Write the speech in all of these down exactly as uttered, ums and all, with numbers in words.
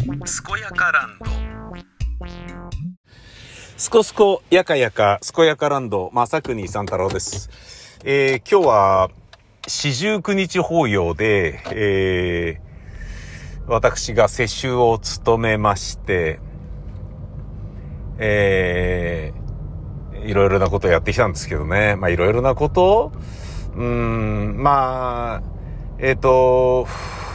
すこやかランド。すこすこやかやかすこやかランド、正国三太郎です。えー、今日は四十九日法要で、えー、私が施主を務めまして、えー、いろいろなことをやってきたんですけどね。まあいろいろなことうーん、まあ、えっと、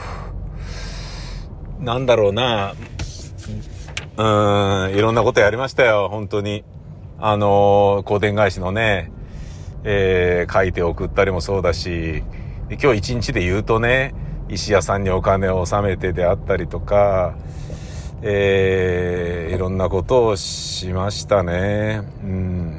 なんだろうな、うーん、いろんなことやりましたよ、本当に。あの、香典返しのね、えー、書いて送ったりもそうだし、今日一日で言うとね、石屋さんにお金を納めてであったりとか、えー、いろんなことをしましたね。うん。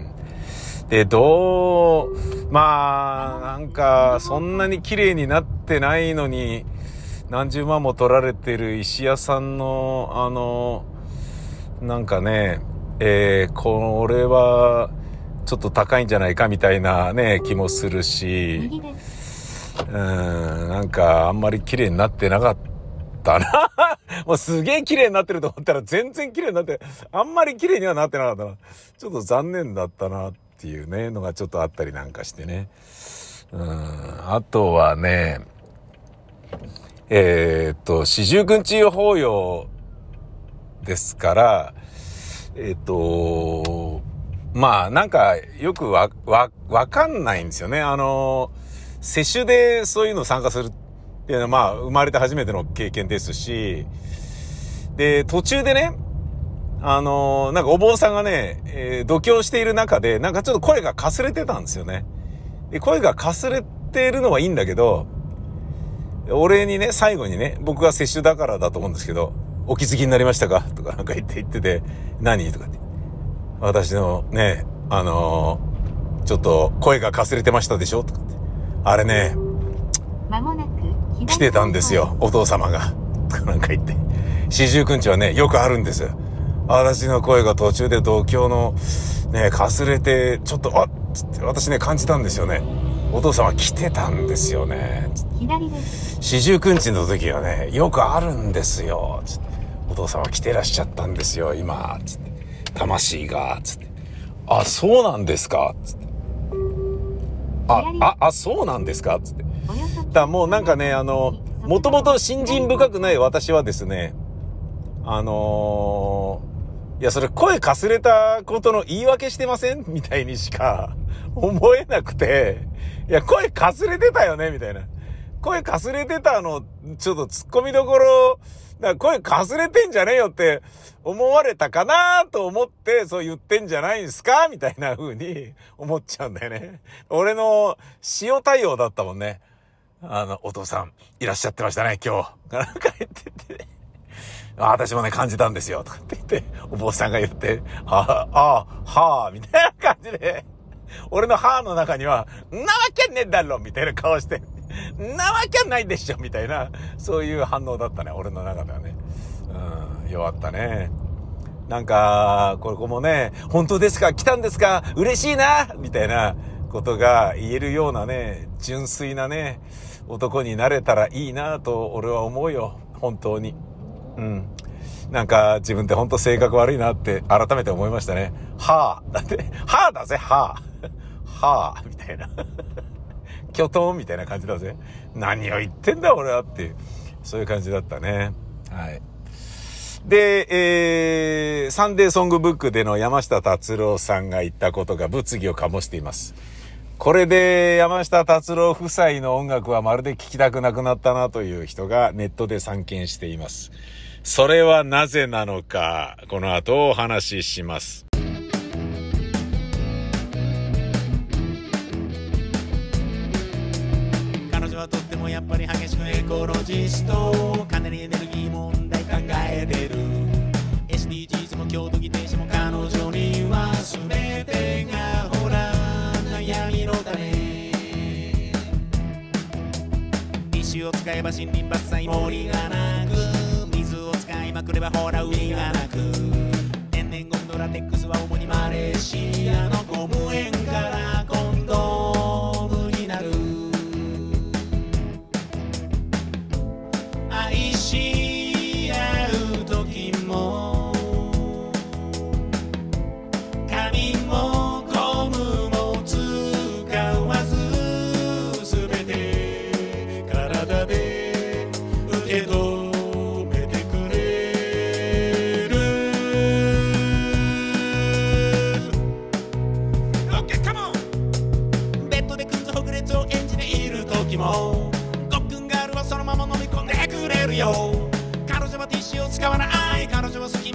で、どう、まあ、なんか、そんなに綺麗になってないのに、何十万も取られてる石屋さんの、あの、なんかね、えー、これは、ちょっと高いんじゃないかみたいなね、気もするし、うん、なんか、あんまり綺麗になってなかったな。もうすげえ綺麗になってると思ったら全然綺麗になって、あんまり綺麗にはなってなかったな。ちょっと残念だったなっていうね、のがちょっとあったりなんかしてね。うん、あとはね、えー、っと、四十九日法要ですから、えー、っと、まあ、なんか、よくわ、わ、わかんないんですよね。あの、施主でそういうの参加するっていうのは、まあ、生まれて初めての経験ですし、で、途中でね、あの、なんかお坊さんがね、えー、度胸している中で、なんかちょっと声がかすれてたんですよね。で、声がかすれているのはいいんだけど、俺にね、最後にね、僕が施主だからだと思うんですけど、お気づきになりましたかとかなんか言って言ってて、何とかって。私のね、あのー、ちょっと声がかすれてましたでしょとかって。あれね、間もなく来てたんですよ、お父様が。とかなんか言って。四十九日はね、よくあるんですよ。私の声が途中で度胸のね、かすれて、ちょっと、あっつって私ね、感じたんですよね。お父様来てたんですよね。左です。四十九日の時はね、よくあるんですよ。つってお父様来てらっしゃったんですよ、今。つって。魂が、つって。あ、そうなんですかつって。あ、あ、あ、そうなんですかつって。だもうなんかね、あの、もともと信心深くない私はですね、あのー、いや、それ声かすれたことの言い訳してませんみたいにしか思えなくて、いや、声かすれてたよねみたいな。声かすれてたの、ちょっと突っ込みどころ、だから声かすれてんじゃねえよって思われたかなと思ってそう言ってんじゃないんすかみたいな風に思っちゃうんだよね。俺の塩対応だったもんね。あの、お父さんいらっしゃってましたね、今日。なんか言ってて。あ、私もね、感じたんですよ。とかって言って、お坊さんが言って、ああ、はあ、みたいな感じで、俺のはあの中には、なわけねえだろみたいな顔して、なわけないでしょみたいな、そういう反応だったね、俺の中ではね。うん、弱ったね。なんか、ここもね、本当ですか来たんですか嬉しいなみたいなことが言えるようなね、純粋なね、男になれたらいいなと俺は思うよ。本当に。うん。なんか自分って本当性格悪いなって改めて思いましたね。はぁ。だって、はぁだぜ、はぁ。はぁ。みたいな。巨頭みたいな感じだぜ。何を言ってんだ俺はっていう。そういう感じだったね。はい。で、えー、サンデーソングブックでの山下達郎さんが言ったことが物議を醸しています。これで山下達郎夫妻の音楽はまるで聴きたくなくなったなという人がネットで散見しています。それはなぜなのか、この後お話しします。 彼女はとってもやっぱり激しくエコロジスト、かなりエネルギー問題考えてる。 エスディージーズ も郷土議定書も彼女には全てがほら悩みの種。石を使えば森林伐採森がなく、水を使いまくればほら海がなく、天然ゴムのラテックスは主にマレーシアのゴム園からコンドームになる。愛し合う時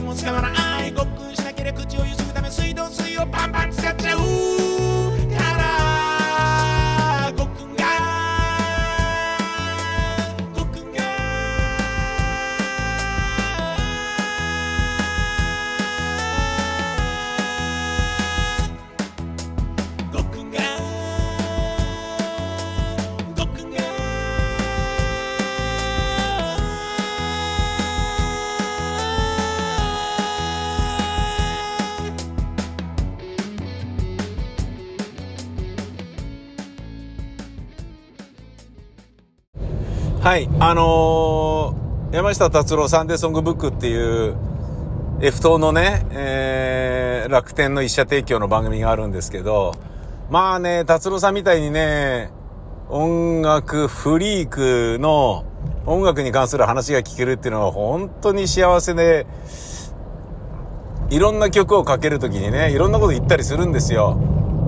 も使わないごっくんしなければ口をゆするため水道水をバンバン使っちゃうからごっくんがごっくんがごっくんがごっくんがはい、あのー、山下達郎サンデーソングブックっていう F 党のね、えー、楽天の一社提供の番組があるんですけど、まあね、達郎さんみたいにね、音楽フリークの音楽に関する話が聞けるっていうのは本当に幸せで、いろんな曲をかけるときにね、いろんなこと言ったりするんですよ。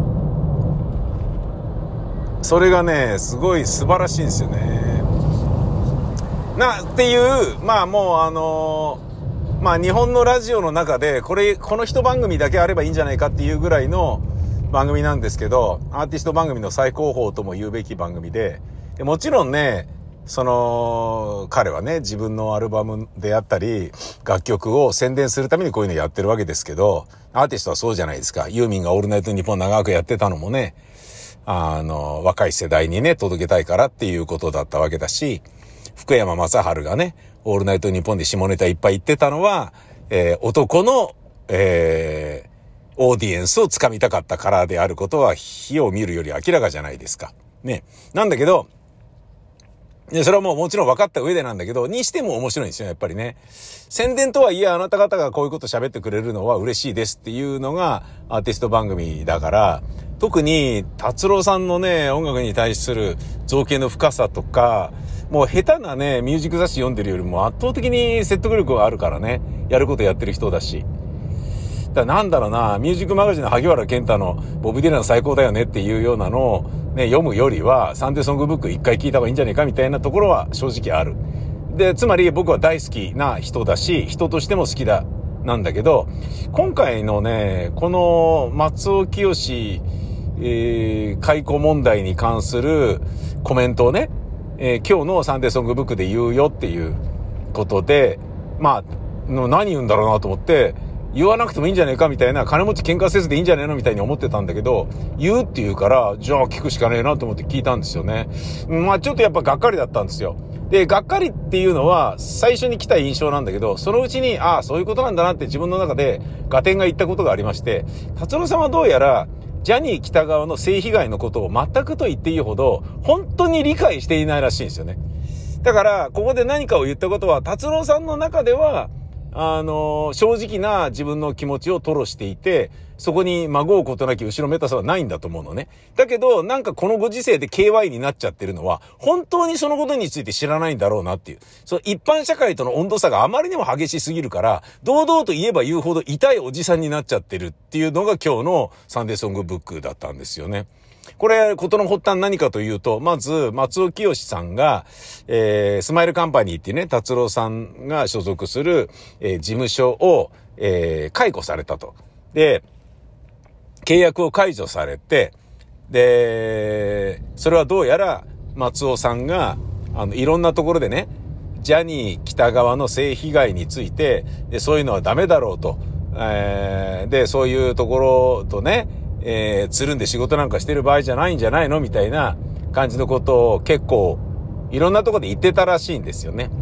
それがね、すごい素晴らしいんですよね。なっていうまあもうあのー、まあ日本のラジオの中でこれこの一番組だけあればいいんじゃないかっていうぐらいの番組なんですけど、アーティスト番組の最高峰とも言うべき番組で、でもちろんね、その彼はね自分のアルバムであったり楽曲を宣伝するためにこういうのやってるわけですけど、アーティストはそうじゃないですか。ユーミンがオールナイトニッポン長くやってたのもね、あの若い世代にね届けたいからっていうことだったわけだし、福山雅治がね、オールナイトニッポンで下ネタいっぱい言ってたのは、えー、男の、えー、オーディエンスをつかみたかったからであることは火を見るより明らかじゃないですか。ね。なんだけど、でそれはもうもちろん分かった上でなんだけど、にしても面白いんですよ、やっぱりね。宣伝とはいえ、あなた方がこういうこと喋ってくれるのは嬉しいですっていうのがアーティスト番組だから、特に達郎さんのね、音楽に対する造形の深さとか、もう下手なね、ミュージック雑誌読んでるよりも圧倒的に説得力があるからね、やることやってる人だし。だからなんだろうな、ミュージックマガジンの萩原健太のボブ・ディラン最高だよねっていうようなのをね、読むよりは、サンデーソングブック一回聞いた方がいいんじゃないかみたいなところは正直ある。で、つまり僕は大好きな人だし、人としても好きだ、なんだけど、今回のね、この松尾清、えー、解雇問題に関するコメントをね、えー、今日のサンデーソングブックで言うよっていうことで、まあ、何言うんだろうなと思って、言わなくてもいいんじゃないかみたいな、金持ち喧嘩せずでいいんじゃないのみたいに思ってたんだけど、言うって言うから、じゃあ聞くしかねえなと思って聞いたんですよね。まあちょっとやっぱがっかりだったんですよ。で、がっかりっていうのは最初に来た印象なんだけど、そのうちに、ああ、そういうことなんだなって自分の中で合点がいったことがありまして、達郎さんはどうやら、ジャニー喜多川の性被害のことを全くと言っていいほど、本当に理解していないらしいんですよね。だから、ここで何かを言ったことは、達郎さんの中では、あの、正直な自分の気持ちを吐露していて、そこにまごうことなき後ろめたさはないんだと思うのね。だけど、なんかこのご時世で ケーワイ になっちゃってるのは、本当にそのことについて知らないんだろうなっていう。その一般社会との温度差があまりにも激しすぎるから、堂々と言えば言うほど痛いおじさんになっちゃってるっていうのが今日のサンデーソングブックだったんですよね。これ、ことの発端何かというと、まず、松尾清さんが、えー、スマイルカンパニーっていうね、達郎さんが所属する、えー、事務所を、えー、解雇されたと。で、契約を解除されて、で、それはどうやら、松尾さんが、あの、いろんなところでね、ジャニー喜多川の性被害について、で、そういうのはダメだろうと。えー、で、そういうところとね、えー、つるんで仕事なんかしてる場合じゃないんじゃないのみたいな感じのことを結構いろんなところで言ってたらしいんですよね。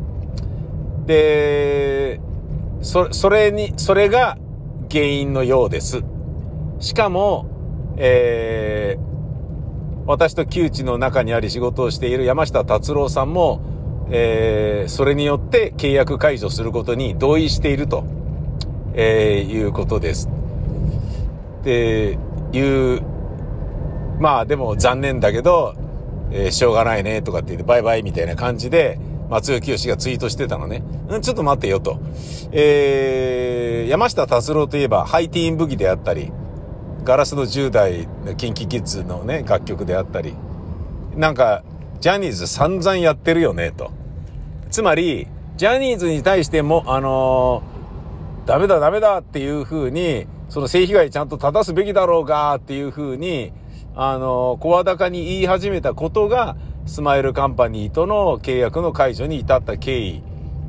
で、そ、それに、それが原因のようです。しかも、えー、私と旧知の中にあり仕事をしている山下達郎さんも、えー、それによって契約解除することに同意していると、えー、いうことです。っていう、まあでも残念だけど、えー、しょうがないねとかって言ってバイバイみたいな感じで松尾清がツイートしてたのね。うん、ちょっと待ってよと。えー、山下達郎といえばハイティーンブギであったり、ガラスのじゅう代のキンキキッズのね楽曲であったり、なんかジャニーズ散々やってるよねと。つまりジャニーズに対してもあのーダメだダメだっていう風に、その性被害ちゃんと正すべきだろうがっていう風に、あの、声高に言い始めたことが、スマイルカンパニーとの契約の解除に至った経緯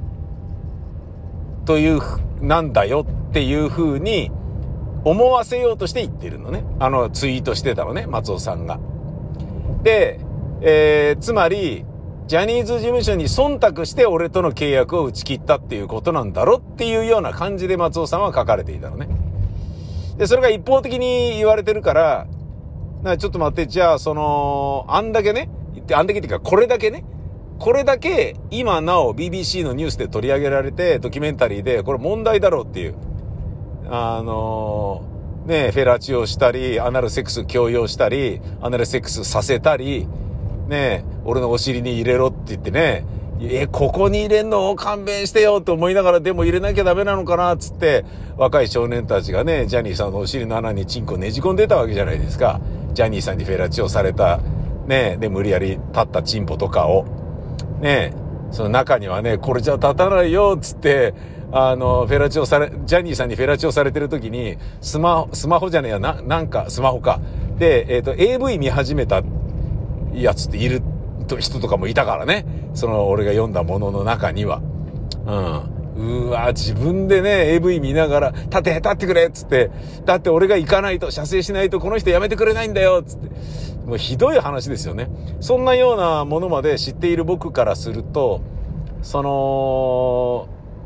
という、なんだよっていう風に思わせようとして言ってるのね。あの、ツイートしてたのね、松尾さんが。で、えー、つまり、ジャニーズ事務所に忖度して俺との契約を打ち切ったっていうことなんだろっていうような感じで松尾さんは書かれていたのね。で、それが一方的に言われてるから、なちょっと待って、じゃあその、あんだけね、あんだけっていうかこれだけね、これだけ今なお ビービーシー のニュースで取り上げられてドキュメンタリーでこれ問題だろうっていう、あのー、ね、フェラチオしたり、アナルセックス強要したり、アナルセックスさせたり、ね、俺のお尻に入れろって言ってね、え、ここに入れんの勘弁してよって思いながら、でも入れなきゃダメなのかなっつって、若い少年たちがね、ジャニーさんのお尻の穴にチンコねじ込んでたわけじゃないですか。ジャニーさんにフェラチオされた、ね、で、無理やり立ったチンポとかを、ね、その中にはね、これじゃ立たないよっつって、あの、フェラチオされ、ジャニーさんにフェラチオされてる時に、スマホ、スマホじゃねえや、な、なんか、スマホか。で、えっと、エーブイ 見始めたやつっている人とかもいたからね。その、俺が読んだものの中には。うん。うわ、自分でね、エーブイ 見ながら、立て、立ってくれっつって、だって俺が行かないと、射精しないとこの人やめてくれないんだよっつって。もうひどい話ですよね。そんなようなものまで知っている僕からすると、その、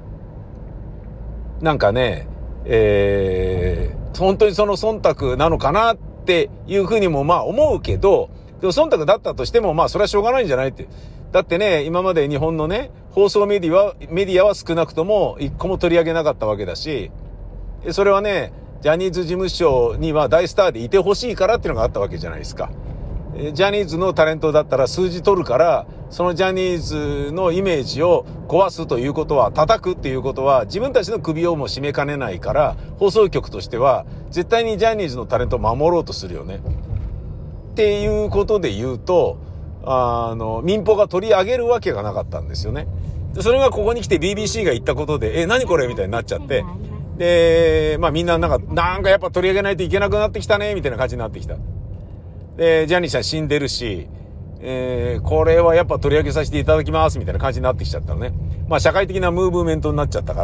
なんかね、えー、本当にその忖度なのかなっていうふうにもまあ思うけど、でも忖度だったとしてもまあそれはしょうがないんじゃないって。だってね、今まで日本のね、放送メディアは、メディアは少なくとも一個も取り上げなかったわけだし、それはね、ジャニーズ事務所には大スターでいてほしいからっていうのがあったわけじゃないですか。ジャニーズのタレントだったら数字取るから、そのジャニーズのイメージを壊すということは、叩くっていうことは自分たちの首をも締めかねないから、放送局としては絶対にジャニーズのタレントを守ろうとするよね。っていうことで言うと、あの、民放が取り上げるわけがなかったんですよね。それがここに来て ビービーシー が言ったことで、え、何これみたいになっちゃって、で、まあみんななんか、なんかやっぱ取り上げないといけなくなってきたね、みたいな感じになってきた。で、ジャニーさん死んでるし、えー、これはやっぱ取り上げさせていただきます、みたいな感じになってきちゃったのね。まあ社会的なムーブメントになっちゃったから。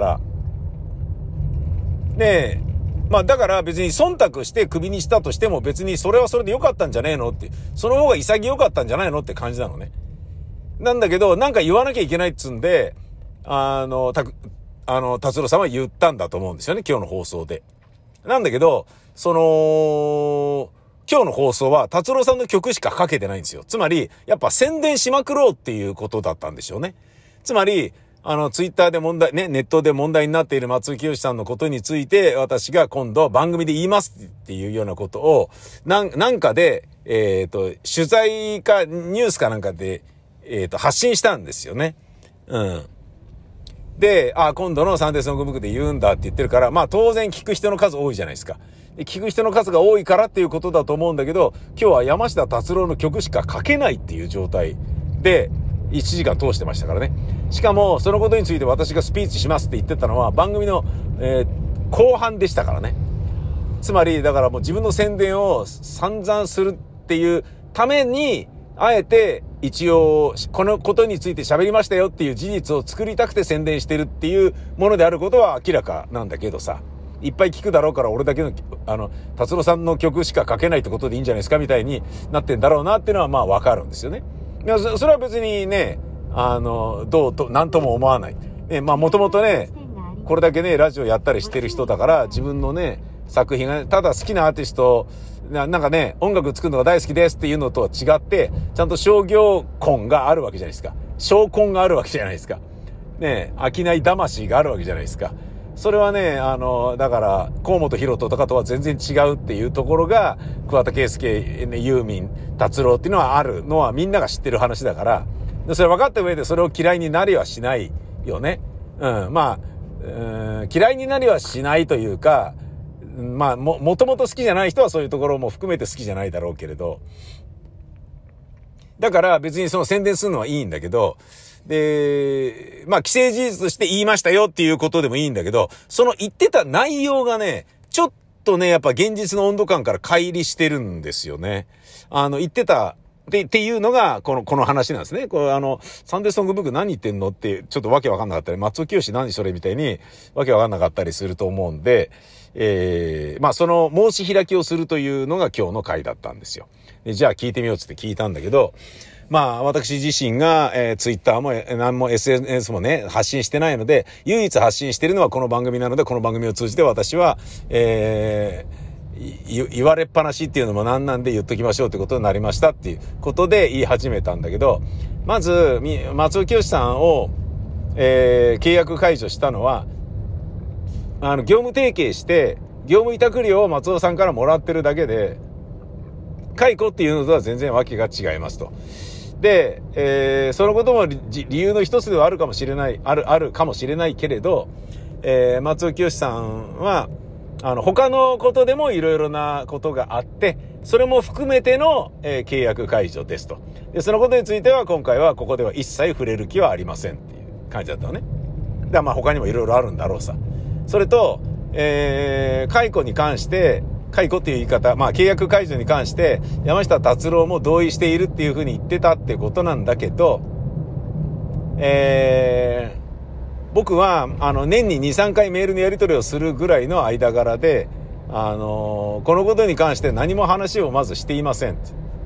で、まあだから別に忖度してクビにしたとしても別にそれはそれで良かったんじゃねえのって、その方が潔かったんじゃないのって感じなのね。なんだけど、なんか言わなきゃいけないっつんで、あの、たく、あの、達郎さんは言ったんだと思うんですよね、今日の放送で。なんだけど、その、今日の放送は達郎さんの曲しかかけてないんですよ。つまり、やっぱ宣伝しまくろうっていうことだったんでしょうね。つまり、あの、ツイッターで問題、ね、ネットで問題になっている松井清さんのことについて、私が今度番組で言いますっていうようなことを、なん、なんかで、えっと、取材かニュースかなんかで、えっと、発信したんですよね。うん。で、あ、今度のサンデーソングブックで言うんだって言ってるから、まあ当然聞く人の数多いじゃないですか。で聞く人の数が多いからっていうことだと思うんだけど、今日は山下達郎の曲しか書けないっていう状態でいちじかん通してましたからね。しかもそのことについて私がスピーチしますって言ってたのは番組の、えー、後半でしたからね。つまりだからもう自分の宣伝を散々するっていうために、あえて一応このことについて喋りましたよっていう事実を作りたくて宣伝してるっていうものであることは明らかなんだけどさ、いっぱい聞くだろうから俺だけのあの達郎さんの曲しか書けないってことでいいんじゃないですかみたいになってんだろうなっていうのはまあわかるんですよね。いや そ, それは別にね、あのどうと何とも思わない。ね、まあもともとねこれだけねラジオやったりしてる人だから自分のね作品が、ね、ただ好きなアーティストな、なんかね音楽作るのが大好きですっていうのとは違ってちゃんと商業根があるわけじゃないですか。商根があるわけじゃないですか。ね、商い魂があるわけじゃないですか。それはね、あの、だから、河本大翔とかとは全然違うっていうところが、桑田佳祐、ね、ユーミン、達郎っていうのはあるのはみんなが知ってる話だから、それ分かった上でそれを嫌いになりはしないよね。うん、まあ、うん、嫌いになりはしないというか、まあ、も、もともと好きじゃない人はそういうところも含めて好きじゃないだろうけれど、だから別にその宣伝するのはいいんだけど、 で、まあ、既成事実として言いましたよっていうことでもいいんだけど、その言ってた内容がね、ちょっとね、やっぱ現実の温度感から乖離してるんですよね。あの、言ってた、で、っていうのが、この、この話なんですね。これあの、サンデーソングブック何言ってんのって、ちょっとわけわかんなかったり、松尾清何それみたいに、わけわかんなかったりすると思うんで、えー、まあ、その申し開きをするというのが今日の回だったんですよ。で、じゃあ聞いてみようって聞いたんだけど、まあ、私自身が、えー、ツイッターも、えー、何も エスエヌエス もね、発信してないので、唯一発信しているのはこの番組なので、この番組を通じて私は、えー、言われっぱなしっていうのもなんなんで言っときましょうってことになりましたっていうことで言い始めたんだけど、まず、松尾清さんを、えー、契約解除したのは、あの、業務提携して、業務委託料を松尾さんからもらってるだけで、解雇っていうのとは全然わけが違いますと。で、えー、そのことも理由の一つではあるかもしれない、ある、あるかもしれないけれど、えー、松尾清さんは、あの、他のことでもいろいろなことがあって、それも含めての、えー、契約解除ですと。で、そのことについては今回はここでは一切触れる気はありませんっていう感じだったのね。だからまあ他にもいろいろあるんだろうさ。それと、えー、解雇に関して、解雇っていう言い方、まあ契約解除に関して山下達郎も同意しているっていうふうに言ってたってことなんだけど、えー、僕はあの年に にさんかいメールのやり取りをするぐらいの間柄で、あのー、このことに関して何も話をまずしていません。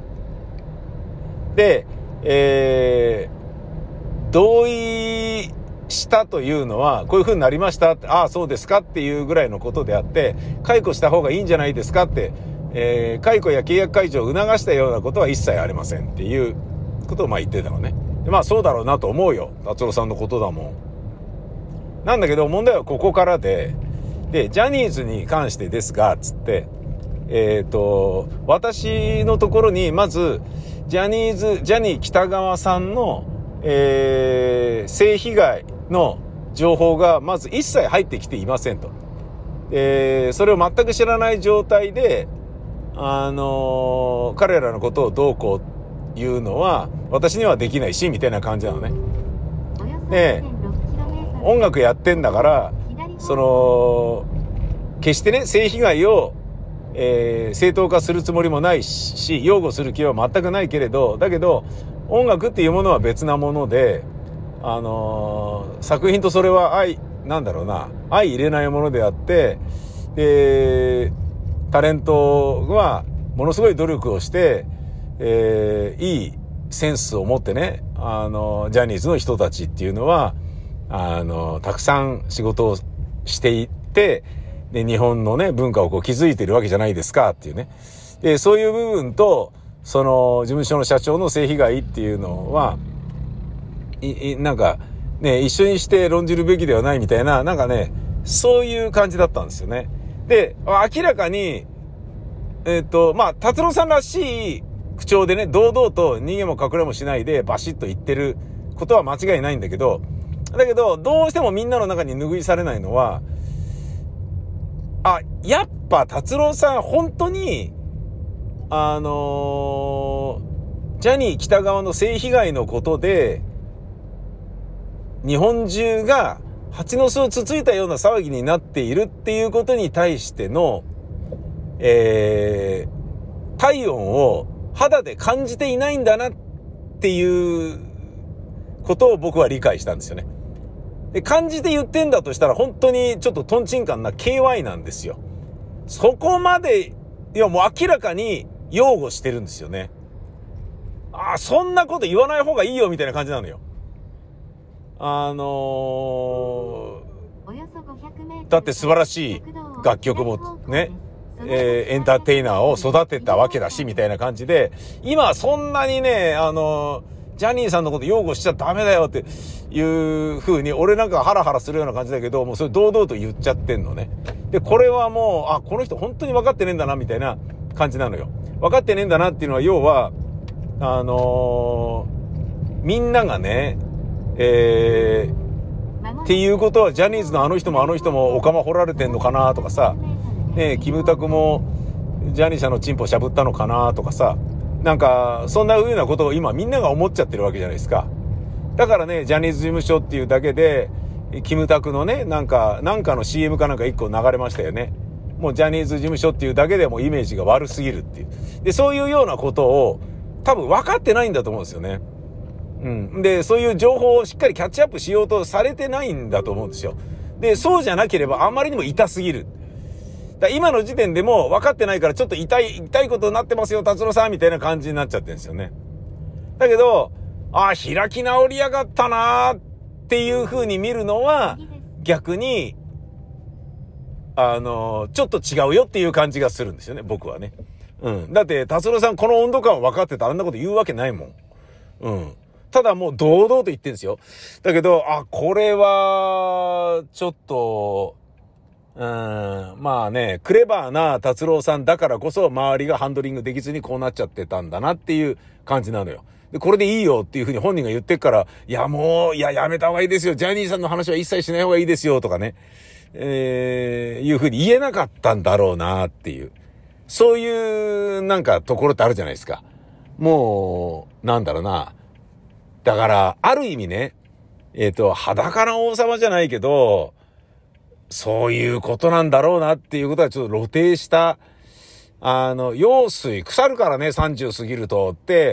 で、えー、同意したというのはこういう風になりましたって、ああそうですかっていうぐらいのことであって、解雇した方がいいんじゃないですかって、えー、解雇や契約解除を促したようなことは一切ありませんっていうことをまあ言ってたのね。でまあそうだろうなと思うよ、達郎さんのことだもん。なんだけど問題はここからで、でジャニーズに関してですがつって、えっと私のところにまずジャニーズジャニー喜多川さんの、えー、性被害の情報がまず一切入ってきていませんと。えー、それを全く知らない状態で、あのー、彼らのことをどうこう言うのは私にはできないしみたいな感じなのね。で、音楽やってんだから、その決してね性被害を、えー、正当化するつもりもないし、擁護する気は全くないけれど、だけど音楽っていうものは別なもので、あのー、作品とそれは相なんだろうな相入れないものであって、でタレントはものすごい努力をして、えー、いいセンスを持ってね、あのジャニーズの人たちっていうのはあのたくさん仕事をしていって、で日本のね文化をこう築いているわけじゃないですかっていうね。でそういう部分とその事務所の社長の性被害っていうのはいいなんかね一緒にして論じるべきではないみたいな、なんかねそういう感じだったんですよね。で明らかにえっとまあ達郎さんらしい口調でね堂々と逃げも隠れもしないでバシッと言ってることは間違いないんだけど、だけどどうしてもみんなの中に拭いされないのは、あやっぱ達郎さん本当にあのー、ジャニー喜多川の性被害のことで日本中が蜂の巣をつついたような騒ぎになっているっていうことに対しての、えー、体温を肌で感じていないんだなっていうことを僕は理解したんですよね。で感じて言ってんだとしたら本当にちょっとトンチンカンな ケーワイ なんですよ。そこまでいやもう明らかに擁護してるんですよね。ああそんなこと言わない方がいいよみたいな感じなのよ。あのー、だって素晴らしい楽曲もね、えー、エンターテイナーを育てたわけだしみたいな感じで、今そんなにねあのー、ジャニーさんのこと擁護しちゃダメだよっていう風に俺なんかハラハラするような感じだけど、もうそれ堂々と言っちゃってんのね。でこれはもうあこの人本当に分かってねえんだなみたいな感じなのよ。分かってねえんだなっていうのは要はあのー、みんながねえー、っていうことはジャニーズのあの人もあの人もお釜掘られてんのかなとかさ、ね、キムタクもジャニーさんのチンポしゃぶったのかなとかさ、なんかそんな風なことを今みんなが思っちゃってるわけじゃないですか。 だからね、ジャニーズ事務所っていうだけで、キムタクのね、なんか、なんかの シーエム かなんか一個流れましたよね。もうジャニーズ事務所っていうだけでもイメージが悪すぎるっていう。で、そういうようなことを多分分かってないんだと思うんですよね。うん。で、そういう情報をしっかりキャッチアップしようとされてないんだと思うんですよ。で、そうじゃなければあまりにも痛すぎる。だ今の時点でも分かってないからちょっと痛い、痛いことになってますよ、達郎さんみたいな感じになっちゃってるんですよね。だけど、ああ、開き直りやがったなーっていう風に見るのは逆に、あの、ちょっと違うよっていう感じがするんですよね、僕はね。うん。だって、達郎さんこの温度感分かってたらあんなこと言うわけないもん。うん。ただもう堂々と言ってるんですよ。だけど、あ、これは、ちょっと、うーん、まあね、クレバーな達郎さんだからこそ周りがハンドリングできずにこうなっちゃってたんだなっていう感じなのよ。で、これでいいよっていうふうに本人が言ってっから、いやもう、いややめた方がいいですよ。ジャニーさんの話は一切しない方がいいですよとかね。えー、いうふうに言えなかったんだろうなっていう。そういうなんかところってあるじゃないですか。もう、なんだろうな。だから、ある意味ね、えっと、裸の王様じゃないけど、そういうことなんだろうなっていうことはちょっと露呈した、あの、用水腐るからね、さんじゅう過ぎるとって、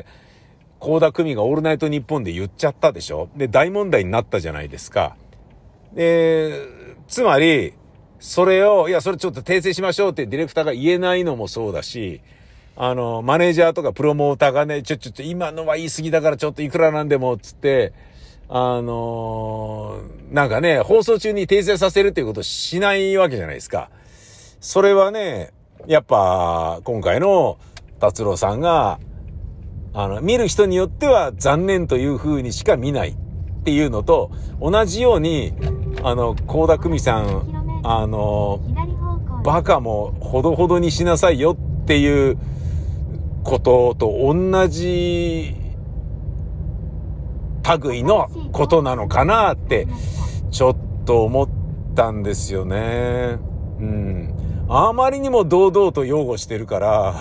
倖田來未がオールナイトニッポンで言っちゃったでしょ。で、大問題になったじゃないですか。で、つまり、それを、いや、それちょっと訂正しましょうってディレクターが言えないのもそうだし、あの、マネージャーとかプロモーターがね、ちょ、ちょっと今のは言い過ぎだからちょっといくらなんでも、つって、あのー、なんかね、放送中に訂正させるっていうことをしないわけじゃないですか。それはね、やっぱ、今回の達郎さんが、あの、見る人によっては残念という風にしか見ないっていうのと、同じように、あの、倖田來未さん、あの、バカもほどほどにしなさいよっていうことと同じ類のことなのかなってちょっと思ったんですよね。うん。あまりにも堂々と擁護してるから、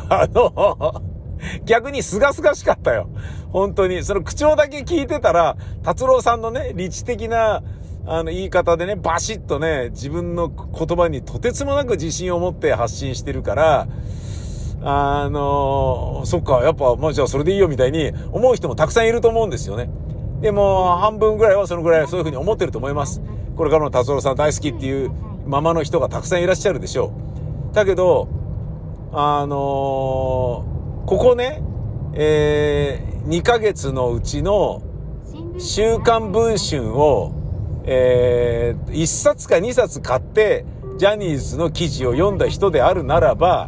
あの、逆にすがすがしかったよ。本当に。その口調だけ聞いてたら、達郎さんのね、理知的な、あの、言い方でね、バシッとね、自分の言葉にとてつもなく自信を持って発信してるから、あの、そっか、やっぱ、まあじゃあそれでいいよみたいに思う人もたくさんいると思うんですよね。でも、半分ぐらいはそのぐらいそういうふうに思ってると思います。これからの達郎さん大好きっていうままの人がたくさんいらっしゃるでしょう。だけど、あのー、ここね、えー、にかげつのうちの週刊文春を、えー、いっさつかにさつ買ってジャニーズの記事を読んだ人であるならば、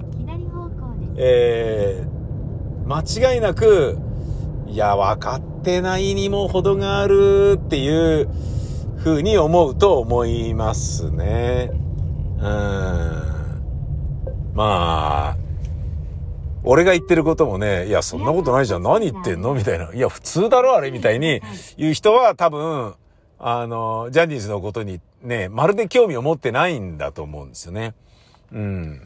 えー、間違いなく、いや、分かってないにも程があるっていう風に思うと思いますね。うーん。まあ、俺が言ってることもね、いや、そんなことないじゃん。何言ってんのみたいな。いや、普通だろあれみたいに言う人は多分、あの、ジャニーズのことにね、まるで興味を持ってないんだと思うんですよね。うん。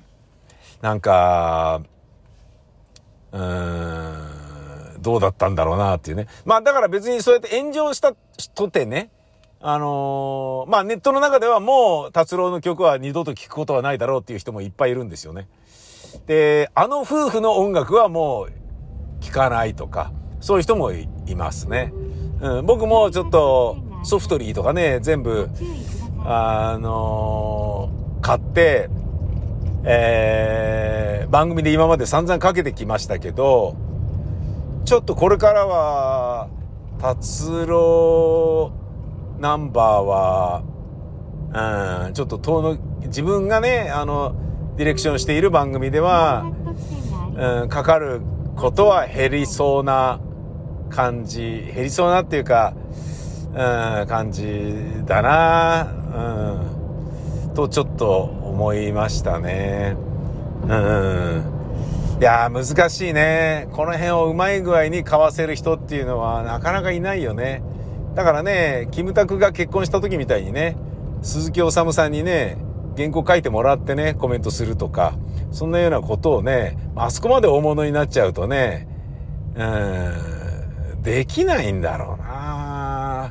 なんか、うーん。どうだったんだろうなっていうね。まあだから別にそうやって炎上したとてね、あのー、まあネットの中ではもう達郎の曲は二度と聴くことはないだろうっていう人もいっぱいいるんですよね。で、あの夫婦の音楽はもう聴かないとか、そういう人も い, いますね。うん、僕もちょっとソフトリーとかね、全部、あのー、買って、えー、番組で今まで散々かけてきましたけど、ちょっとこれからは達郎ナンバーは、うん、ちょっと遠の自分がね、あのディレクションしている番組では、うん、かかることは減りそうな感じ、減りそうなっていうか、うん、感じだな、うん、とちょっと思いましたね。うん。いやー難しいね。この辺をうまい具合に買わせる人っていうのはなかなかいないよね。だからね、キムタクが結婚した時みたいにね、鈴木おさむさんにね、原稿書いてもらってね、コメントするとか、そんなようなことをね、あそこまで大物になっちゃうとね、うーん、できないんだろうな。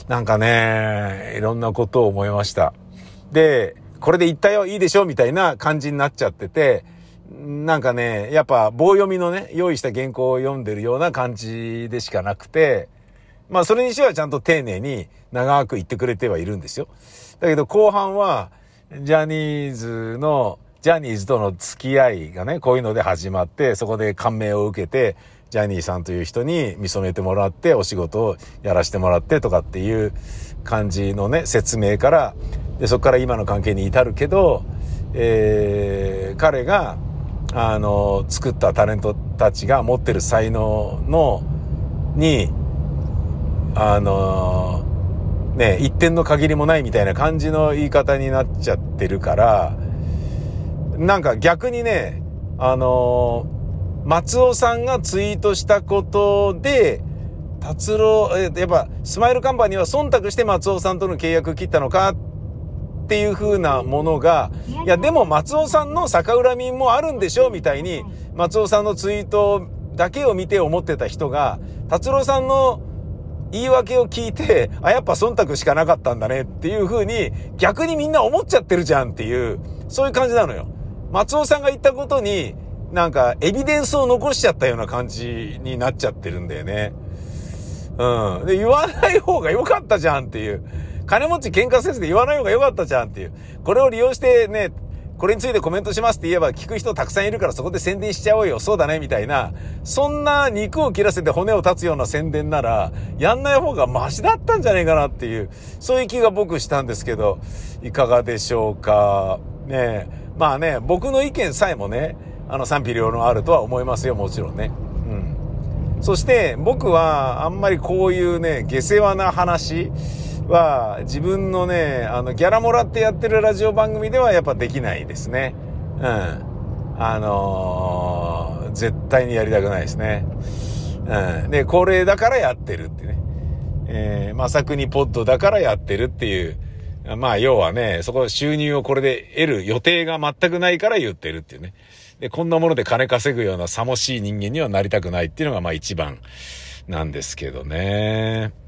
なんかね、いろんなことを思いました。で、これで言ったよ、いいでしょみたいな感じになっちゃってて、なんかね、やっぱ棒読みのね、用意した原稿を読んでるような感じでしかなくて、まあそれにしてはちゃんと丁寧に長く言ってくれてはいるんですよ。だけど後半は、ジャニーズの、ジャニーズとの付き合いがね、こういうので始まって、そこで感銘を受けて、ジャニーさんという人に見初めてもらって、お仕事をやらせてもらってとかっていう感じのね、説明から、でそこから今の関係に至るけど、えー、彼が、あの、作ったタレントたちが持ってる才能の、に、あの、ね、一点の限りもないみたいな感じの言い方になっちゃってるから、なんか逆にね、あの、松尾さんがツイートしたことで、達郎、やっぱスマイルカンパニーは忖度して松尾さんとの契約切ったのかっていう風なものが、いやでも松尾さんの逆恨みもあるんでしょみたいに、松尾さんのツイートだけを見て思ってた人が、達郎さんの言い訳を聞いて、あ、やっぱ忖度しかなかったんだねっていう風に逆にみんな思っちゃってるじゃんっていう、そういう感じなのよ。松尾さんが言ったことになんかエビデンスを残しちゃったような感じになっちゃってるんだよね。うん。で、言わない方が良かったじゃんっていう。金持ち喧嘩せずで言わない方が良かったじゃんっていう。これを利用してね、これについてコメントしますって言えば聞く人たくさんいるからそこで宣伝しちゃおうよ。そうだねみたいな。そんな肉を切らせて骨を断つような宣伝なら、やんない方がマシだったんじゃねえかなっていう、そういう気が僕したんですけど、いかがでしょうか。ねえ。まあね、僕の意見さえもね、あの賛否両論あるとは思いますよ、もちろんね。うん。そして僕はあんまりこういうね、下世話な話は自分のね、あのギャラもらってやってるラジオ番組ではやっぱできないですね。うん。あのー、絶対にやりたくないですね。うん。で、これだからやってるってね。えー、まさくにポッドだからやってるっていう。まあ要はね、そこ収入をこれで得る予定が全くないから言ってるっていうね。で、こんなもので金稼ぐようなさもしい人間にはなりたくないっていうのがまあ一番なんですけどね。